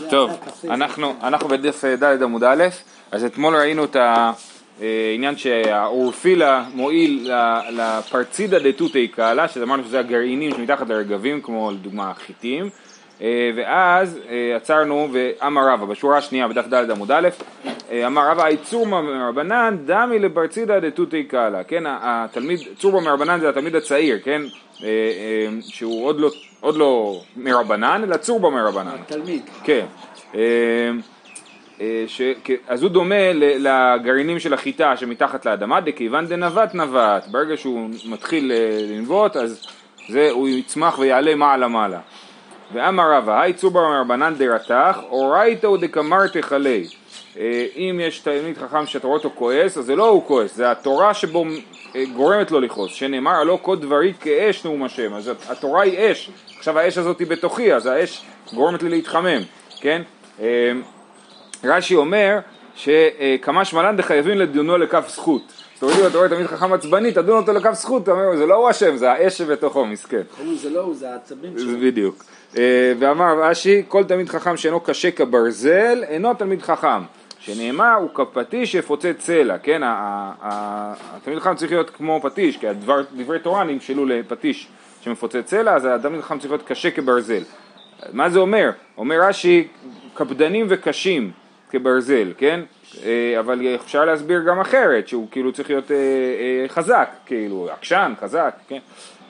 טוב, אנחנו בדף ד' עמוד א', אז אתמול ראינו את העניין שהאורפילה מועיל לפרצידה דתותי קאלה, שאמרנו שזה הגרעינים שמתחת לרגבים, כמו לדוגמה חיטים, ואז עצרנו ואמר רבא, בשורה השנייה בדף ד' עמוד א', אמר רבא, צורבא מרבנן דמי לפרצידה דתותי קאלה, כן, התלמיד, צורבא מרבנן זה התלמיד הצעיר, כן, שהוא עוד לא מרבנן, אלא צורבא מרבנן. התלמיד. כן. אז הוא דומה לגרעינים של החיטה שמתחת לאדמה, דכיוון דנבט נבט. ברגע שהוא מתחיל לנבוט, אז הוא יצמח ויעלה מעלה מעלה. ואמר רבא, היי צורבא מרבנן דרתך, אורייתא דקמרתך עלי. אם יש תלמיד חכם שאתה רואה אותו כועס, אז זה לא הוא כועס, זה התורה שבו גורמת לו לכעוס, שנאמר הלא כל דברי כאש נאום השם, אז התורה היא אש, עכשיו האש הזאת היא בתוכי, אז האש גורמת לי להתחמם, כן? רש"י אומר שכמה שמלן דחייבים לדונו לכף זכות, זאת אומרת, אתה רואה תלמיד חכם עצבני, תדון אותו לכף זכות, אתה אומר, זה לא הוא השם, זה האש שבתוכו, מסכן. זה לא הוא, זה העצבים שלו. בדיוק. ואמר רש"י, כל תלמיד חכם שאינו קשה כברזל, אינו תלמיד חכם. שנאמר הוא כפטיש שפוצץ סלע, כן, התלמיד חכם צריך להיות כמו פטיש, כי דברי תורה נמשלו לפטיש שמפוצץ סלע, אז התלמיד חכם צריך להיות קשה כברזל. מה זה אומר? אומר רש"י, קפדנים וקשים כברזל, כן, אבל אפשר להסביר גם אחרת, שהוא כאילו צריך להיות חזק, כאילו עקשן, חזק, כן.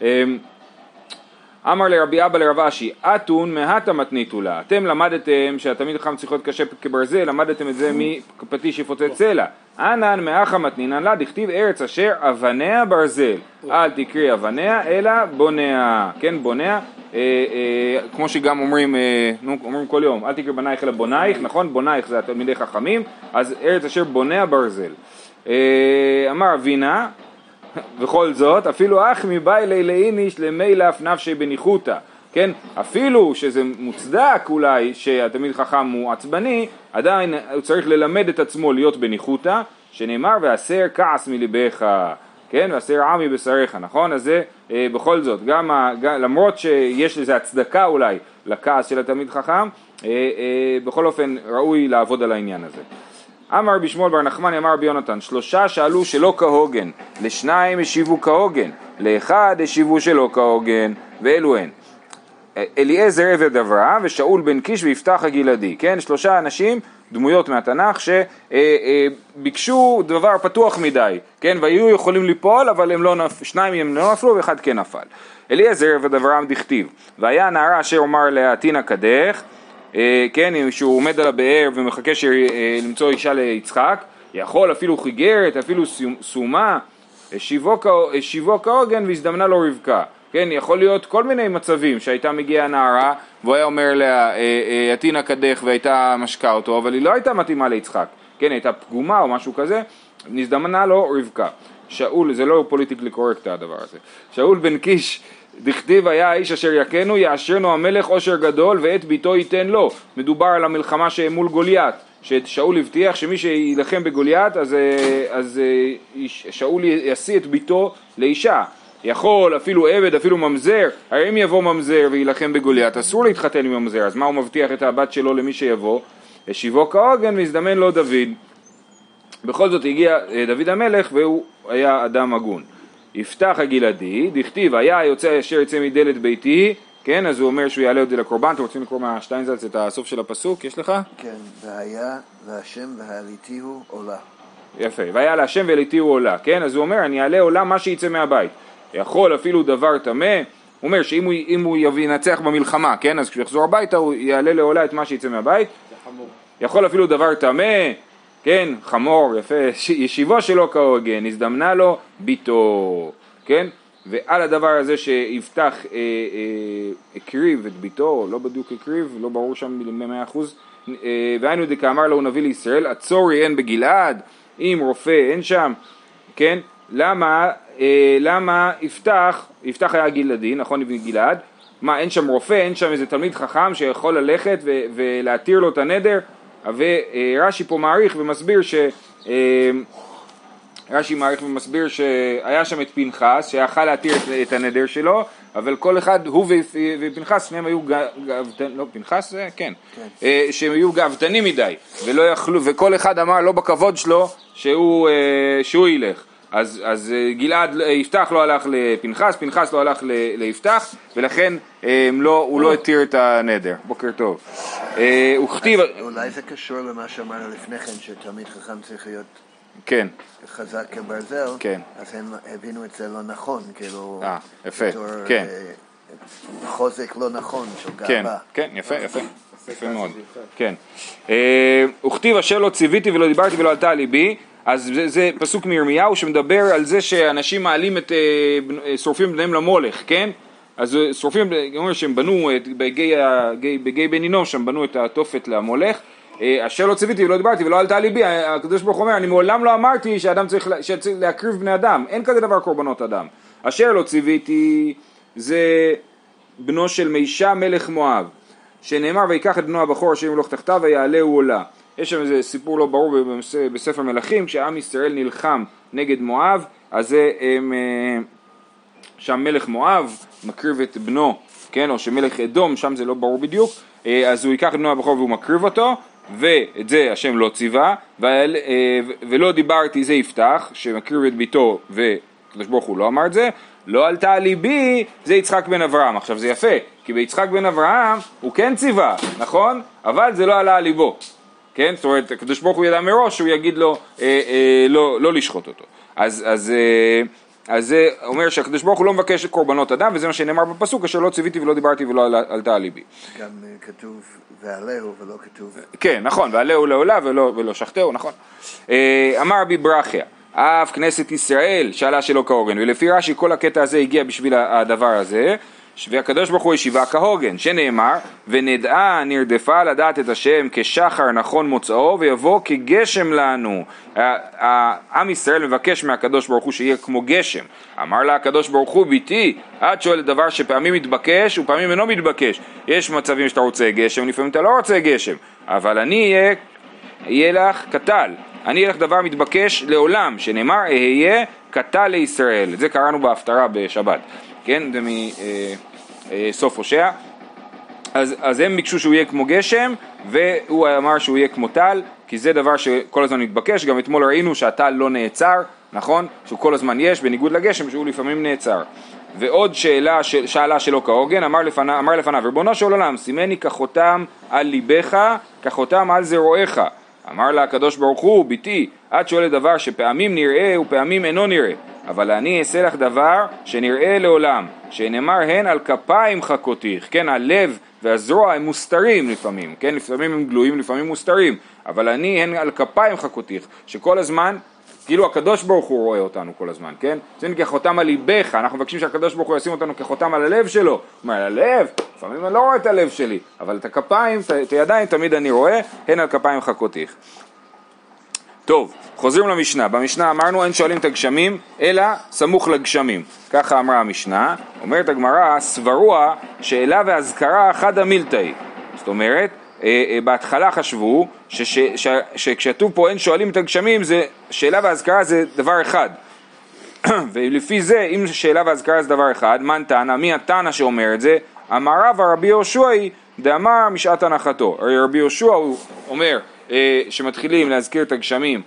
אמר לרבי אבא לרב אשי, אתון מהתה מתניתו לה. אתם למדתם שהתלמיד חכם צריך להיות קשה כברזל, למדתם את זה מפטיש שפוצץ סלע. אנן מאחה מתנינן לה, דכתיב ארץ אשר אבניה ברזל. אל תקריא אבניה, אלא בוניה. כן, בוניה, כמו שגם אומרים כל יום, אל תקריא בנייך אלא בונייך, נכון? בונייך זה התלמידי חכמים, אז ארץ אשר בוניה ברזל. אמר אבינה, וכל זאת, אפילו אך מבאי ליליניש למילף נפשי בניחותא, כן? אפילו שזה מוצדק אולי שהתלמיד חכם הוא עצבני, עדיין הוא צריך ללמד את עצמו להיות בניחותא, שנאמר והסר כעס מלבך, כן? והסר עמי בשריך, נכון? אז זה בכל זאת, למרות שיש לזה הצדקה אולי לכעס של התלמיד חכם, בכל אופן ראוי לעבוד על העניין הזה. אמר רבי שמואל בר נחמני אמר רבי יונתן, 3 שאלו שלא כהוגן, ל2 השיבו כהוגן, ל1 השיבו שלא כהוגן, ואלו הן אליעזר עבד אברהם ושאול בן קיש ויפתח הגלעדי, כן, 3 אנשים, דמויות מהתנ"ך שביקשו דבר פתוח מדי, כן, והיו יכולים ליפול אבל שניים לא נפלו ואחד כן נפל. אליעזר עבד אברהם דכתיב, והיה נערה אשר אומר לה תינא קדך, כן, שהוא עומד על הבאר ומחכה למצוא אישה ליצחק, יכול אפילו חיגרת, אפילו סומה, שיבו כהוגן והזדמנה לו רבקה, כן, יכול להיות כל מיני מצבים שהייתה מגיעה נערה והוא היה אומר לה תינא קדך והייתה משקה אותו, אבל היא לא הייתה מתאימה ליצחק, כן, הייתה פגומה או משהו כזה, נזדמנה לו רבקה. שאול, זה לא פוליטיקלי קורקט הדבר הזה, שאול בן קיש דכתיב היה האיש אשר יכנו יאשרנו המלך עושר גדול ואת ביתו ייתן לו. מדובר על המלחמה שמול גוליית, ששאול הבטיח שמי שילחם בגוליית אז שאול ישיא את ביתו לאישה. יכול אפילו עבד, אפילו ממזר, הרי אם יבוא ממזר וילחם בגוליית אסור להתחתן עם ממזר, אז מה הוא מבטיח את הבת שלו למי שיבוא? ישיבו כהוגן והזדמן לו דוד. בכל זאת הגיע דוד המלך והוא היה אדם הגון. יפתח הגלעדי, דכתיב, היה יוצא אשר יצא מדלת ביתי, כן, אז הוא אומר שהוא יעלה אותי לקורבן. אתם רוצים לקרוא מהשטיינזלץ את הסוף של הפסוק, יש לך? כן, והיה להשם והעליתיהו עולה. יפה, והיה להשם והעליתיהו עולה, כן, אז הוא אומר, אני אעלה עולה מה שיצא מהבית. יכול אפילו דבר טמא, הוא אומר שאם הוא ינצח במלחמה, כן, אז כשהוא יחזור הביתה הוא יעלה לעולה את מה שיצא מהבית. יכול אפילו דבר טמא, כן, חמור, יפה, ישיבו שלו כהוגן, הזדמנה לו ביתו, כן, ועל הדבר הזה שיפתח הקריב את ביתו, לא בדיוק הקריב, לא ברור שם ב100%, והיינו דקאמר לו נביא לישראל, עצורי אין בגלעד, אם רופא אין שם, כן, למה יפתח היה גלעדי, נכון, בגלעד, מה, אין שם רופא, אין שם איזה תלמיד חכם שיכול ללכת ולהתיר לו את הנדר, ורש"י פה מעריך ומסביר רש"י מעריך ומסביר שהיה שם את פנחס שיכל להתיר את הנדר שלו, אבל כל אחד, הוא ופנחס, שניהם היו גאוותנים, לא פנחס זה? כן, שהם היו גאוותנים מדי, ולא יכלו, וכל אחד אמר לא בכבוד שלו שהוא ילך. אז גלעד, יפתח לא הלך לפנחס, פנחס לא הלך ליפתח, ולכן הוא לא התיר את הנדר. בוקר טוב. אולי זה קשור למה שאמרנו לפני כן, שתלמיד חכם צריך להיות כן. חזק כברזל, כן. אז הם הבינו את זה לא נכון, כאילו, יפה, בתור כן. חוזק לא נכון של כן, גאווה. כן, יפה מאוד. כן. וכתיב אשר לא ציוויתי ולא דיברתי ולא עלתה על ליבי, אז זה פסוק מירמיהו שמדבר על זה שאנשים מעלים שורפים בניהם למולך, כן? אז שורפים, אומר שהם בנו בגיא בן הינום, שם בנו את התופת למולך, אשר לא ציוויתי ולא דיברתי ולא עלתה על ליבי, הקדוש ברוך הוא אומר, אני מעולם לא אמרתי שאדם צריך להקריב בני אדם, אין כזה דבר קורבנות אדם. אשר לא ציוויתי זה בנו של מישה מלך מואב, שנאמר ויקח את בנו הבכור אשר ימלוך תחתיו ויעלהו עולה. יש שם איזה סיפור לא ברור בספר מלכים, כשעם ישראל נלחם נגד מואב, אז שם מלך מואב מקריב את בנו, כן, או שמלך אדום, שם זה לא ברור בדיוק, אז הוא ייקח את בנו הבכור והוא מקריב אותו, ואת זה השם לא ציווה, ולא דיברתי זה יפתח, שמקריב את ביתו, וקדוש ברוך הוא לא אמר את זה, לא עלתה על ליבי, זה יצחק בן אברהם. עכשיו זה יפה, כי ביצחק בן אברהם הוא כן ציווה, נכון? אבל זה לא עלה על ליבו. כן? זאת אומרת, הקדוש ברוך הוא ידע מראש שהוא יגיד לו לא לשחוט אותו. אז זה אומר שהקדוש ברוך הוא לא מבקש קורבנות אדם, וזה מה שנאמר בפסוק, אשר לא ציוויתי ולא דיברתי ולא עלתה על ליבי. גם כתוב ועלהו ולא כתוב... כן, נכון, ועלהו לעולה ולא שחטהו, נכון. אמר רבי ברכיה, אף כנסת ישראל שאלה שלא כהוגן, ולפי רש"י כל הקטע הזה הגיע בשביל הדבר הזה, והקדוש ברוך הוא ישיבה כהוגן, שנאמר, ונדעה נרדפה לדעת את השם כשחר נכון מוצאו, ויבוא כגשם לנו. עם ישראל מבקש מהקדוש ברוך הוא שיהיה כמו גשם. אמר לה הקדוש ברוך הוא, ביתי, את שואלת דבר שפעמים מתבקש ופעמים אינו מתבקש. יש מצבים שאתה רוצה גשם, לפעמים אתה לא רוצה גשם, אבל אני אהיה לך קטל. אני אהיה לך דבר מתבקש לעולם, שנאמר, אהיה קטל לישראל. את זה קראנו בהפטרה בשבת. כן, זה מסוף הושע. אז הם ביקשו שהוא יהיה כמו גשם, והוא אמר שהוא יהיה כמו טל, כי זה דבר שכל הזמן מתבקש. גם אתמול ראינו שהטל לא נעצר, נכון? שהוא כל הזמן יש, בניגוד לגשם, שהוא לפעמים נעצר. ועוד שאלה שלא כהוגן, אמר לפניו, ריבונו של עולם, שימני כחותם על ליבך, כחותם על זרועך. אמר לה הקדוש ברוך הוא, ביתי, את שואלת דבר שפעמים נראה ופעמים אינו נראה. אבל אני אעשה לך דבר שנראה לעולם, שנאמר הן על כפיים חכותיך, כן, הלב והזרוע הם מוסתרים לפעמים, כן, לפעמים הם גלויים, לפעמים מוסתרים, אבל אני הן על כפיים חכותיך, שכל הזמן, כאילו הקדוש ברוך הוא רואה אותנו כל הזמן, כן, זה כחותם על ליבך, אנחנו מבקשים שהקדוש ברוך הוא ישים אותנו כחותם על הלב שלו, הוא אומר, על הלב, לפעמים אני לא רואה את הלב שלי, אבל את הכפיים, את הידיים תמיד אני רואה, הן על כפיים חכותיך. טוב, חוזרים למשנה. במשנה אמרנו אין שואלים את הגשמים אלא סמוך לגשמים. ככה אמרה המשנה. אומרת הגמרא, סברוע שאלה והזכרה חד המילתאי. זאת אומרת, בהתחלה חשבו שכשכתוב פה אין שואלים את הגשמים, שאלה והזכרה זה דבר אחד. ולפי זה, אם שאלה והזכרה זה דבר אחד, מן תנא, מי התנא שאומר את זה? אמר רבא רבי יהושע דאמר משעת הנחתו. הרי רבי יהושע הוא אומר שמתחילים להזכיר את הגשמים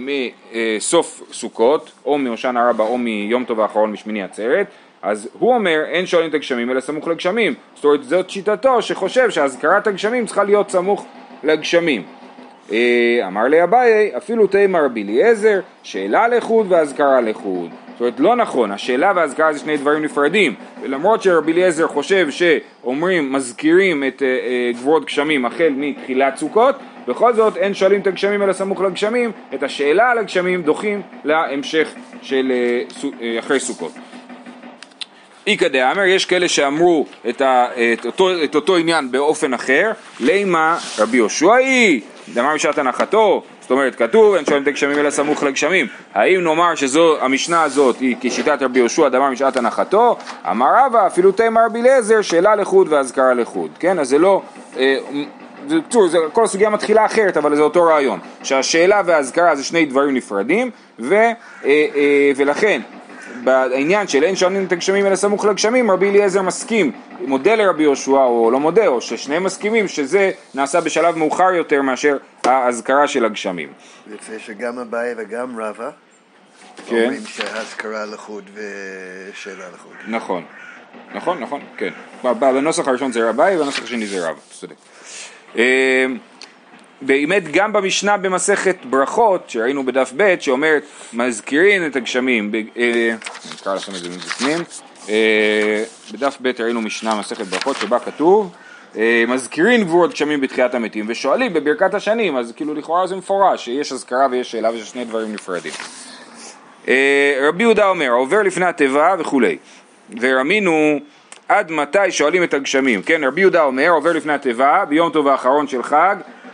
מסוף סוכות, או מהושענא רבה או מיום טוב האחרון משמיני עצרת, אז הוא אומר אין שואלים את הגשמים אלא סמוך לגשמים. זאת אומרת, זאת שיטתו שחושב שהזכרת הגשמים צריכה להיות סמוך לגשמים. אמר לי אביי, אפילו תימא רבי אליעזר, שאלה לחוד והזכרה לחוד. זאת אומרת, לא נכון, השאלה והזכרה זה שני דברים נפרדים, ולמרות שרבי אליעזר חושב שאומרים, מזכירים את גבורות גשמים החל מתחילת סוכות, בכל זאת אין שואלים את הגשמים אלא סמוך לגשמים, את השאלה על הגשמים דוחים להמשך של אחרי סוכות. איקא דאמר, יש כאלה שאמרו את אותו עניין באופן אחר, לימה רבי יהושע דאמר משעת הנחתו, זאת אומרת כתוב אין שואלים את הגשמים אלא סמוך לגשמים, האם נאמר שזו המשנה הזאת היא כשיטת רבי יהושע דאמר משעת הנחתו? אמר רבא אפילו תימא רבי אליעזר שאלה לחוד והזכרה לחוד, כן? אז זה לא כל הסוגיה מתחילה אחרת, אבל זה אותו רעיון, שהשאלה והאזכרה זה שני דברים נפרדים, ולכן בעניין של אין שואלים את הגשמים אלא סמוך לגשמים, רבי אליעזר מסכים, מודה לרבי יהושע או לא מודה, או ששניהם מסכימים שזה נעשה בשלב מאוחר יותר מאשר האזכרה של הגשמים. יוצא שגם אביי וגם רבא אומרים שהאזכרה לחוד ושאלה לחוד. נכון, נכון, נכון, כן. בנוסח הראשון זה רבי, ובנוסח השני זה רבא, צודק. באמת גם במשנה במסכת ברכות שראינו בדף ב' שאומרת מזכירים את הגשמים, אני אקרא לכם את זה מבפנים, בדף ב' ראינו משנה מסכת ברכות שבה כתוב מזכירים גבורות גשמים בתחיית המתים ושואלים בברכת השנים, אז כאילו לכאורה זה מפורש שיש אזכרה ויש שאלה ויש שני דברים נפרדים. רבי יהודה אומר עובר לפני התיבה וכולי, ורמינו עד מתי שואלים את הגשמים, כן, רבי יהודה אומר עובר לפני התיבה ביום טוב האחרון של חג,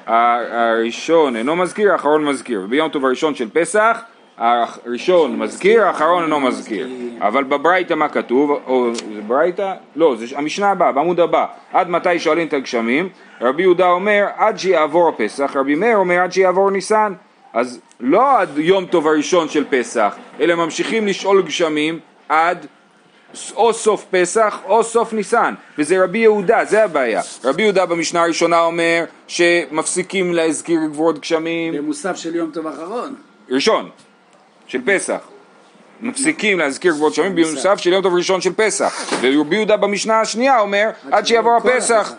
הראשון אינו מזכיר, האחרון מזכיר, וביום טוב הראשון של פסח, הראשון מזכיר, האחרון אינו מזכיר. אבל בברייתא מה כתוב? או זה ברייתא? לא, זה המשנה הבאה, בעמוד הבא. עד מתי שואלים את הגשמים? רבי יהודה אומר עד שיעבור הפסח, רבי מאיר אומר עד שיעבור ניסן. אז לא עד יום טוב הראשון של פסח, אלא ממשיכים לשאול גשמים עד או סוף פסח או סוף ניסן, וזה רבי יהודה, זה הבעיה. רבי יהודה במשנה הראשונה אומר שמפסיקים להזכיר גבורות גשמים במוסף של יום טוב אחרון ראשון של פסח, מפסיקים להזכיר גבורות גשמים במוסף של יום טוב ראשון של פסח, ורבי יהודה במשנה השנייה אומר עד שיעבור הפסח.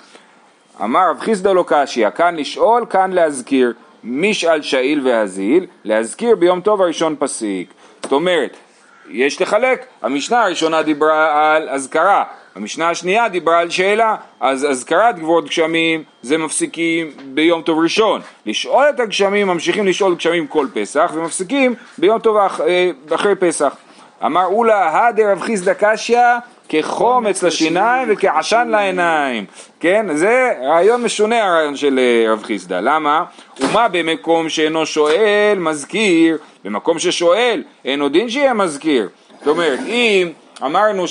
אמר רב חיסדא לא קשיא, כאן לשאול, כאן להזכיר, משאל שאיל והזיל, להזכיר ביום טוב הראשון פסיק. זאת אומרת יש לחלק, המשנה הראשונה דיברה על הזכרה, המשנה השנייה דיברה על שאלה, אז הזכרת גבורות גשמים זה מפסיקים ביום טוב ראשון, לשאול את הגשמים ממשיכים לשאול גשמים כל פסח ומפסיקים ביום טוב אחרי פסח. אמר אולה הדר רב חיסדא קשיא כחומץ לשיניים וכעשן לעיניים, כן, זה רעיון משונה הרעיון של רב חיסדא. למה? ומה במקום שאינו שואל מזכיר, במקום ששואל אינו דין שיהיה מזכיר. זאת אומרת, אם אמרנו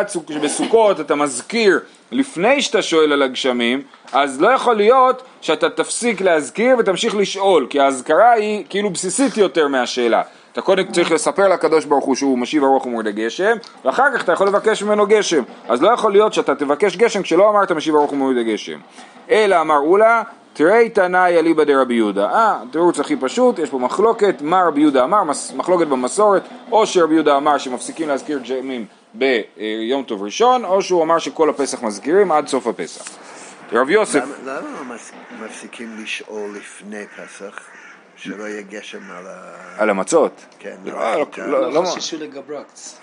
שבסוכות אתה מזכיר לפני שאתה שואל על הגשמים, אז לא יכול להיות שאתה תפסיק להזכיר ותמשיך לשאול, כי ההזכרה היא כאילו בסיסית יותר מהשאלה. אתה קודם צריך לספר לקדוש ברוך הוא שהוא משיב הרוח ומוריד הגשם, ואחר כך אתה יכול לבקש ממנו גשם. אז לא יכול להיות שאתה תבקש גשם כשלא אמרת משיב הרוח ומוריד הגשם. אלא אמרו לה, תראי תנאי אליבא דרבי יהודה. תירוץ הכי פשוט, יש פה מחלוקת, מה רבי יהודה אמר, מחלוקת במסורת, או שרבי יהודה אמר שמפסיקים להזכיר גשמים ביום טוב ראשון, או שהוא אמר שכל הפסח מזכירים עד סוף הפסח. רב יוסף... למה מפסיקים לשאול לפני פסח? שלא יהיה גשם על המצות. כן. לא חשישו לגברקץ.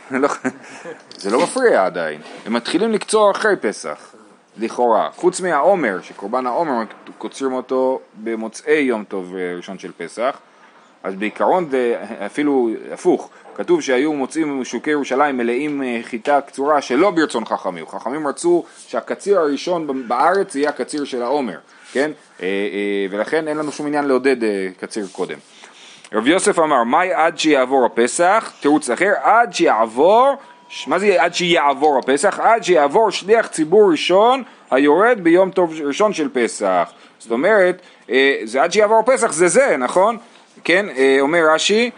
זה לא מפריע עדיין. הם מתחילים לקצור אחרי פסח, לכאורה. חוץ מהעומר, שקורבן העומר קוצרים אותו במוצאי יום טוב ראשון של פסח, אז בעיקרון זה אפילו הפוך. כתוב שהיו מוצאים שוקי ירושלים מלאים חיטה קצורה שלא ברצון חכמים. חכמים רצו שהקציר הראשון בארץ יהיה הקציר של העומר. כן? ולכן אין לנו שום עניין לעודד קציר קודם. רב יוסף אמר, מהי עד שיעבור הפסח? תירוץ אחר, עד שיעבור, מה זה עד שיעבור הפסח? עד שיעבור שליח ציבור ראשון היורד ביום טוב ראשון של פסח. זאת אומרת, זה עד שיעבור הפסח, זה, נכון? כן, אומר רש"י,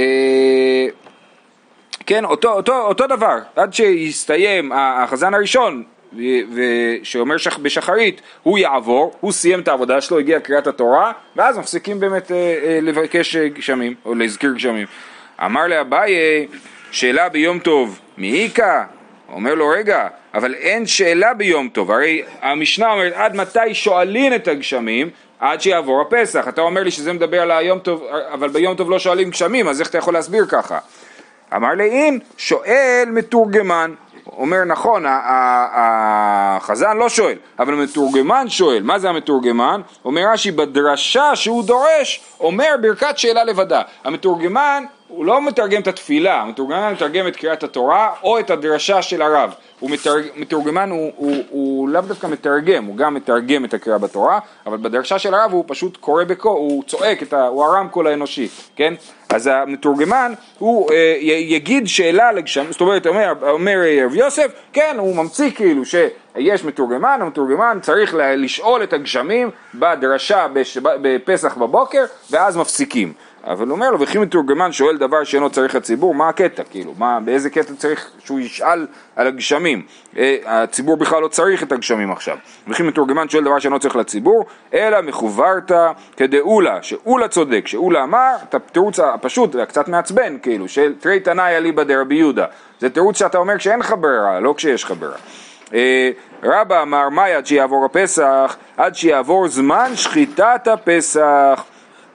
כן, אותו דבר, עד שיסתיים החזן הראשון, ושאומר בשחרית הוא יעבור, הוא סיים את העבודה שלו, הגיע קריאת התורה, ואז מפסיקים באמת לבקש גשמים או להזכיר גשמים. אמר לאביי, שאלה ביום טוב מייקה? אומר לו רגע, אבל אין שאלה ביום טוב, הרי המשנה אומרת עד מתי שואלים את הגשמים? עד שיעבור הפסח. אתה אומר לי שזה מדבר על היום טוב, אבל ביום טוב לא שואלים גשמים, אז איך אתה יכול להסביר ככה? אמר לי אין, שואל מתורגמן. אומר נכון, החזן לא שואל, אבל המתורגמן שואל. מה זה המתורגמן? אומר רש"י בדרשה שהוא דורש, אומר ברכת שאלה לבדה. המתורגמן הוא לא מתרגם את התפילה, המתורגמן מתרגם את קריאת התורה או את הדרשה של הרב. מתורגמן הוא לאו דווקא מתרגם, הוא גם מתרגם את הקריאה בתורה, אבל בדרשה של הרב הוא פשוט קורא בקול, הוא צועק, הוא הרמקול האנושי, כן? אז המתורגמן הוא יגיד שאלה לגשמים, זאת אומרת, אומר רב יוסף, כן, הוא ממציא כאילו שיש מתורגמן, המתורגמן צריך לשאול את הגשמים בדרשה בפסח בבוקר, ואז מפסיקים. אבל הוא אומר לו, וכי מתורגמן שואל דבר שאינו צריך הציבור, מה הקטע? כאילו, באיזה קטע צריך שהוא ישאל על הגשמים? הציבור בכלל לא צריך את הגשמים עכשיו. וכי מתורגמן שואל דבר שאינו צריך לציבור, אלא מחוברת כדאולה, שאולה צודק, שאולה אמר, את התירוץ הפשוט והקצת מעצבן, כאילו, של תרי תנאי אליבא דרבי יהודה. זה תירוץ שאתה אומר כשאין לך ברירה, לא כשיש לך ברירה. רבא אמר, מה עד שיעבור הפסח? עד שיעבור זמן שחיטת הפסח.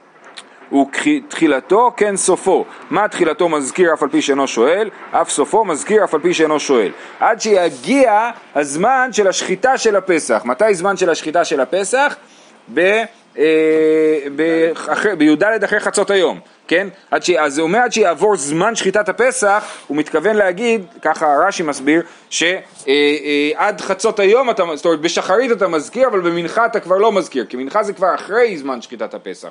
ותחילתו כן סופו. מה תחילתו מזכיר אף על פי שאינו שואל, אף סופו מזכיר אף על פי שאינו שואל. עד שיגיע הזמן של השחיטה של הפסח. מתי זמן של השחיטה של הפסח? בי"ד אחרי חצות היום, כן? אז הוא אומר עד שיעבור זמן שחיטת הפסח, הוא מתכוון להגיד, ככה רש"י מסביר, שעד חצות היום, זאת אומרת בשחרית אתה מזכיר, אבל במנחה אתה כבר לא מזכיר, כי מנחה זה כבר אחרי זמן שחיטת הפסח,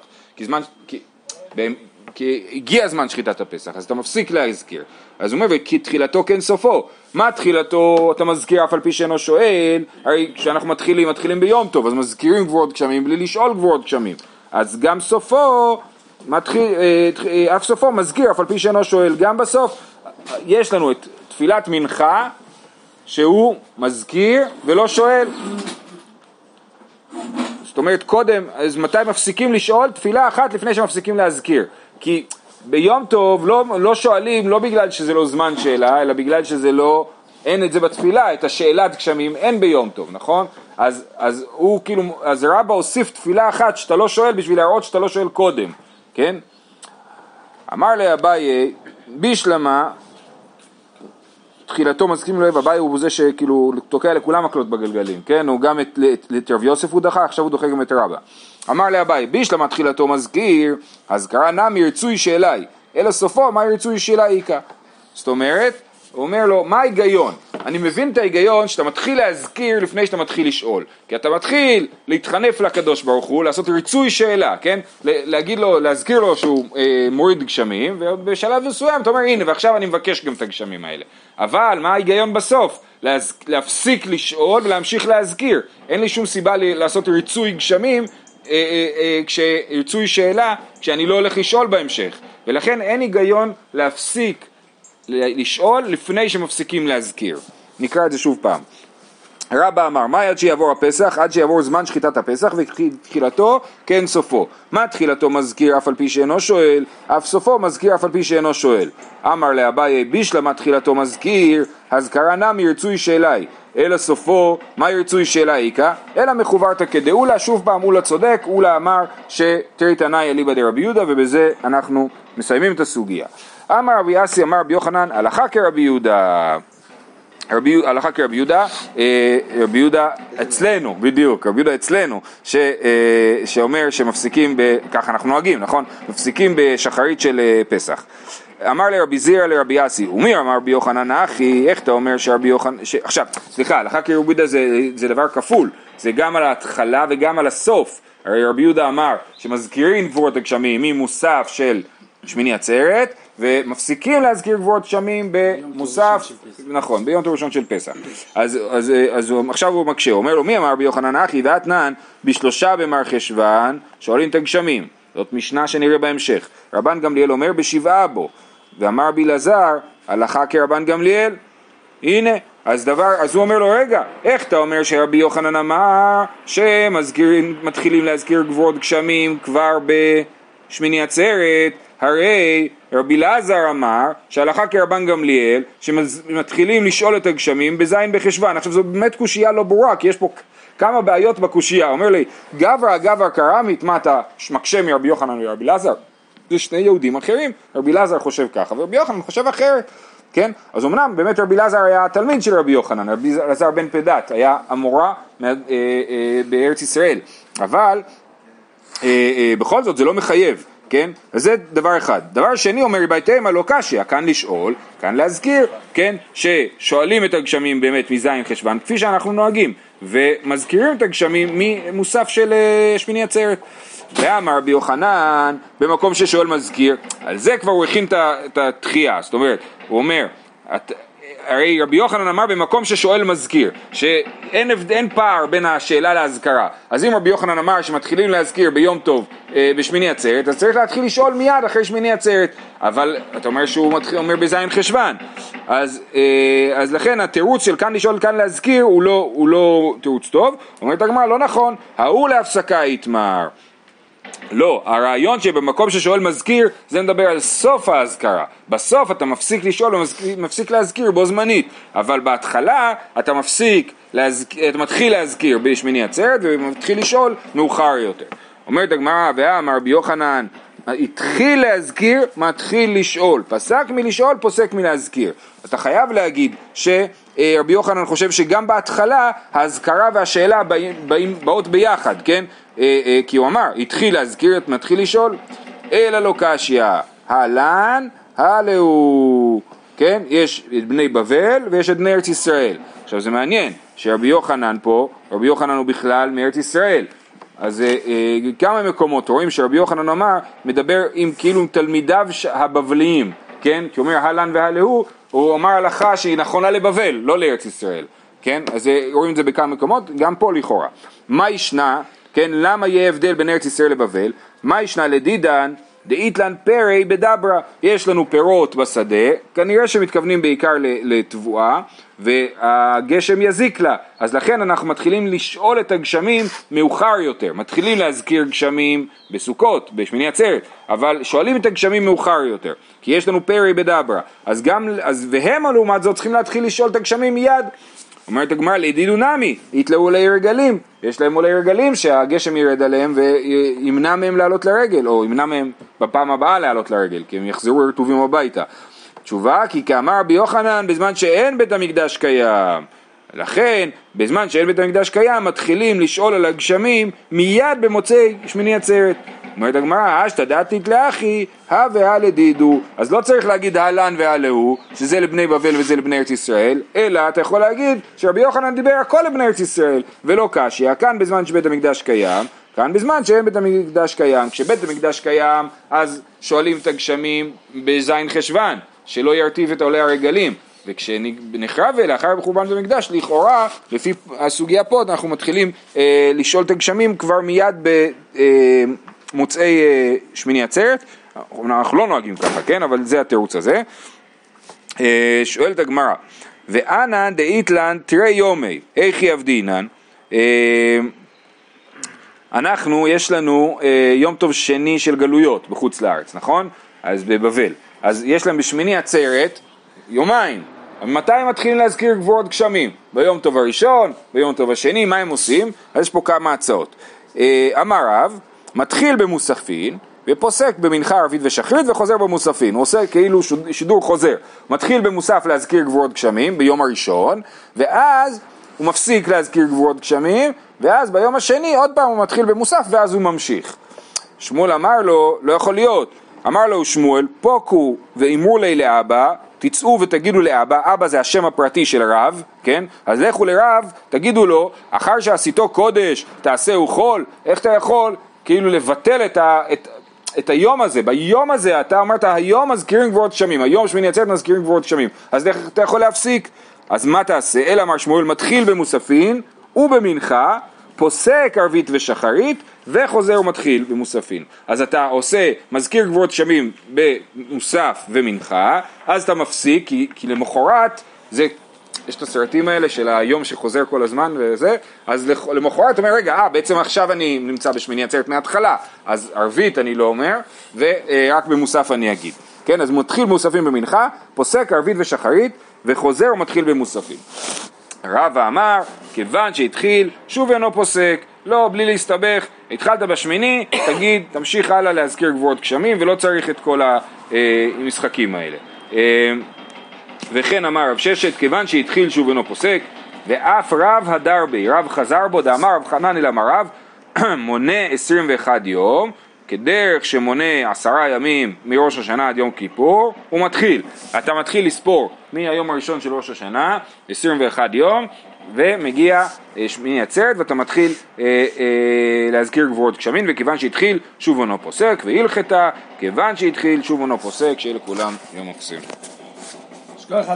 כי הגיע זמן שחיטת הפסח, אז אתה מפסיק להזכיר. אז הוא אומר, וכי תחילתו כן סופו. מה תחילתו אתה מזכיר אף על פי שאינו שואל? הרי כשאנחנו מתחילים ביום טוב, אז מזכירים גבורות גשמים בלי לשאול גבורות גשמים. אז גם סופו, אף סופו מזכיר אף על פי שאינו שואל. גם בסוף יש לנו את תפילת מנחה, שהוא מזכיר ולא שואל. זאת אומרת קודם, אז מתי מפסיקים לשאול? תפילה אחת לפני שמפסיקים להזכיר. כי ביום טוב לא שואלים, לא בגלל שזה לא זמן שאלה, אלא בגלל שזה לא, אין את זה בתפילה, את השאלת גשמים אין ביום טוב, נכון? אז הוא כאילו, אז רבא הוסיף תפילה אחת שאתה לא שואל בשביל להראות שאתה לא שואל קודם, כן? אמר לאביי, בישלמה, תחילתו מזכים לו, אביי הוא זה שכאילו תוקע לכולם מקלות בגלגלים, כן? הוא גם את רב יוסף הוא דחה, עכשיו הוא דוחה גם את רבא. אמר לאביי, בישלמה תחילתו מזכיר, אז קרא נמי ירצוי שאלי, אלא סופו מה ירצוי שאלי איכה. זאת אומרת, הוא אומר לו, מה ההיגיון? אני מבין את ההיגיון שאתה מתחיל להזכיר לפני שאתה מתחיל לשאול, כי אתה מתחיל להתחנף לקדוש ברוך הוא, לעשות רצוי שאלה, כן? להגיד לו, להזכיר לו שהוא מוריד גשמים, ובשלב מסוים אתה אומר, הנה, ועכשיו אני מבקש גם את הגשמים האלה. אבל מה ההיגיון בסוף? להפסיק לשאול ולהמשיך להזכיר. אין לי שום סיבה לעשות רצוי גשמים, כשרצוי שאלה, כשאני לא הולך לשאול בהמשך. ולכן אין היגיון להפסיק לשאול לפני שמפסיקים להזכיר. נקרא את זה שוב פעם. רבא אמר, מה עד שיעבור הפסח? עד שיעבור זמן שחיטת הפסח, ותחילתו כן סופו. מה תחילתו מזכיר אף על פי שאינו שואל, אף סופו מזכיר אף על פי שאינו שואל. אמר לאביי, בישלמה תחילתו מזכיר, אז קרא נמי ירצוי שאלי, אלא סופו, מה ירצוי שאלה איכה? אלא מחוברת כדאולה, שוב פעם אולה צודק, אולה אמר שתרי תנאי אליבא דרבי יהודה, ובזה אנחנו מסיימים את הסוגיה. אמר רבי אסי, אמר רבי יוחנן, הלכה כרבי יהודה. הלכה כרבי יהודה, רבי יהודה אצלנו, בדיוק, רבי יהודה אצלנו, שאומר שמפסיקים, ככה אנחנו נוהגים, נכון? מפסיקים בשחרית של פסח. אמר לרבי זירא לרבי אסי, ומי אמר רבי יוחנן אחי, איך אתה אומר שרבי יוחנן, עכשיו, סליחה, הלכה כרבי יהודה זה דבר כפול, זה גם על ההתחלה וגם על הסוף. הרי רבי יהודה אמר שמזכירים גבורות הגשמים ממוסף של שמיני עצרת, ומפסיקים להזכיר גבורות גשמים במוסף, נכון, ביום טוב ראשון של פסח. אז עכשיו הוא מקשה, הוא אומר לו, מי אמר רבי יוחנן אחי ואתנן בשלושה במרחשוון שואלים את הגשמים. זאת משנה שנראה בהמשך. רבן גמליאל אומר בשבעה בו, ואמר רבי אלעזר, הלכה כרבן גמליאל. הנה, אז הוא אומר לו, רגע, איך אתה אומר שרבי יוחנן אמר שמתחילים להזכיר גבורות גשמים כבר בשמיני עצרת? הרי רבי אלעזר אמר שהלכה כרבן גמליאל שמתחילים לשאול את הגשמים בזין בחשוון. עכשיו זו באמת קושייה לא ברורה, כי יש פה כמה בעיות בקושייה. אומר לי, גברא קרמית, מה אתה מקשה מרבי יוחנן ורבי אלעזר? זה שני יהודים אחרים, רבי אלעזר חושב ככה ורבי יוחנן חושב אחרת, כן? אז אמנם באמת רבי אלעזר היה התלמיד של רבי יוחנן, רבי אלעזר בן פדת, היה אמורה בארץ ישראל, אבל בכל זאת זה לא מחייב, כן? אז זה דבר אחד. דבר שני אומר ביתימה לא קשיא, כאן לשאול, כאן להזכיר, כן? ששואלים את הגשמים באמת מזין חשבן, כפי שאנחנו נוהגים, ומזכירים את הגשמים ממוסף של שמיני עצרת. ואמר רבי יוחנן, במקום ששואל מזכיר, על זה כבר הוא הכין את התחייה, זאת אומרת, הוא אומר, הרי רבי יוחנן אמר במקום ששואל מזכיר, שאין פער בין השאלה להזכרה. אז אם רבי יוחנן אמר שמתחילים להזכיר ביום טוב בשמיני עצרת, אז צריך להתחיל לשאול מיד אחרי שמיני עצרת. אבל אתה אומר שהוא אומר בזין חשבן. אז לכן התירוץ של כאן לשאול כאן להזכיר הוא לא תירוץ טוב. אומרת הגמרא לא נכון, ההוא להפסקה יתמר. לא, הרעיון שבמקום ששואל מזכיר זה מדבר על סוף ההזכרה. בסוף אתה מפסיק לשאול ומפסיק להזכיר בו זמנית, אבל בהתחלה אתה מתחיל להזכיר בשמיני עצרת ומתחיל לשאול מאוחר יותר. אומרת הגמרא, ואמר רבי יוחנן, התחיל להזכיר, מתחיל לשאול, פסק מלשאול, פוסק מלהזכיר. אתה חייב להגיד שרבי יוחנן חושב שגם בהתחלה ההזכרה והשאלה באות ביחד, כן? כי הוא אמר, התחיל להזכיר, מתחיל לשאול, אלא לא קשיא, הלן, הלאו, כן? יש את בני בבל ויש את בני ארץ ישראל. עכשיו זה מעניין, שרבי יוחנן פה, רבי יוחנן הוא בכלל מארץ ישראל. אז כמה מקומות רואים שרבי יוחנן אמר, מדבר עם כאילו תלמידיו הבבליים, כן? כי הוא אומר הלן והלאו, הוא אמר הלכה שהיא נכונה לבבל, לא לארץ ישראל, כן? אז רואים את זה בכמה מקומות, גם פה לכאורה. מה ישנה, כן? למה יהיה הבדל בין ארץ ישראל לבבל? מה ישנה לדידן? דאיתלן פרי בדברה, יש לנו פירות בשדה, כנראה שמתכוונים בעיקר לתבואה, והגשם יזיק לה, אז לכן אנחנו מתחילים לשאול את הגשמים מאוחר יותר, מתחילים להזכיר גשמים בסוכות, בשמיני עצרת, אבל שואלים את הגשמים מאוחר יותר, כי יש לנו פרי בדברה, והם לעומת זאת צריכים להתחיל לשאול את הגשמים מיד. אומרת הגמרא, לידידו נמי, יתלאו עולי רגלים, יש להם עולי רגלים שהגשם ירד עליהם וימנע מהם לעלות לרגל, או ימנע מהם בפעם הבאה לעלות לרגל, כי הם יחזרו רטובים הביתה. תשובה, כי כאמר רבי יוחנן, בזמן שאין בית המקדש קיים, לכן בזמן שאין בית המקדש קיים מתחילים לשאול על הגשמים מיד במוצאי שמיני עצרת. אומרת הגמרא, אשתא דעתית לאחי, הווה לדידו, אז לא צריך להגיד הלן והלאו, שזה לבני בבל וזה לבני ארץ ישראל, אלא אתה יכול להגיד שרבי יוחנן דיבר הכל לבני ארץ ישראל, ולא קשיא, כאן בזמן שבית המקדש קיים, כאן בזמן שאין בית המקדש קיים, כשבית המקדש קיים, אז שואלים את הגשמים בזין חשבן, שלא ירטיב את עולי הרגלים, וכשנחרב ולאחר בחורבן בית המקדש, לכאורה, לפי הסוגיה פה, אנחנו מתחילים לשאול את הגשמים כבר מיד מוצאי שמיני עצרת, אנחנו לא נוהגים ככה, כן? אבל זה התירוץ הזה. שואלת הגמרא, ואנן דאיתלן תראה יומי, איך יבדינן? יש לנו יום טוב שני של גלויות בחוץ לארץ, נכון? אז בבבל. אז יש להם בשמיני עצרת יומיים. מתי הם מתחילים להזכיר גבורות גשמים? ביום טוב הראשון, ביום טוב השני, מה הם עושים? אז יש פה כמה הצעות. אמר רב, מתחיל במוספין, ופוסק במנחה ערבית ושחרית וחוזר במוספין. הוא עושה כאילו שידור חוזר. מתחיל במוסף להזכיר גבורות גשמים ביום הראשון, ואז הוא מפסיק להזכיר גבורות גשמים, ואז ביום השני עוד פעם הוא מתחיל במוסף ואז הוא ממשיך. שמואל אמר לו, לא יכול להיות. אמר לו שמואל, פוקו ואמרו לי לאבא, תצאו ותגידו לאבא, אבא זה השם הפרטי של רב, כן? אז לכו לרב, תגידו לו, אחר שעשיתו קודש, תעשהו חול, איך אתה יכול? כאילו לבטל את היום הזה, ביום הזה אתה אמרת, היום מזכירים גבורות גשמים, היום שמיני עצרת מזכירים גבורות גשמים, אז איך אתה יכול להפסיק? אז מה תעשה? אלא אמר שמואל, מתחיל במוספין ובמנחה, פוסק ערבית ושחרית, וחוזר ומתחיל במוספין. אז אתה עושה, מזכיר גבורות גשמים במוסף ומנחה, אז אתה מפסיק, כי למחרת, יש את הסרטים האלה של היום שחוזר כל הזמן וזה, אז למחרת אתה אומר, רגע, בעצם עכשיו אני נמצא בשמיני עצרת מההתחלה, אז ערבית אני לא אומר, ורק במוסף אני אגיד. כן, אז מתחיל מוספים במנחה, פוסק ערבית ושחרית, וחוזר ומתחיל במוספים. רבא אמר, כיוון שהתחיל, שוב אינו פוסק, לא, בלי להסתבך, התחלת בשמיני, תגיד, תמשיך הלאה להזכיר גבורות גשמים, ולא צריך את כל המשחקים האלה. וכן אמר רב ששת, כיוון שהתחיל שוב אינו פוסק, ואף רב הדר בי, רב חזר בו, דאמר רב חנן אל אמר רב, מונה 21 יום, כדרך שמונה 10 ימים מראש השנה עד יום כיפור, הוא מתחיל. אתה מתחיל לספור מהיום הראשון של ראש השנה, 21 יום, ומגיע שמיני עצרת, ואתה מתחיל להזכיר גבורות גשמים, וכיוון שהתחיל שוב אינו פוסק, והלכתה, כיוון שהתחיל שוב אינו פוסק, שיהיה לכולם יום מקסים.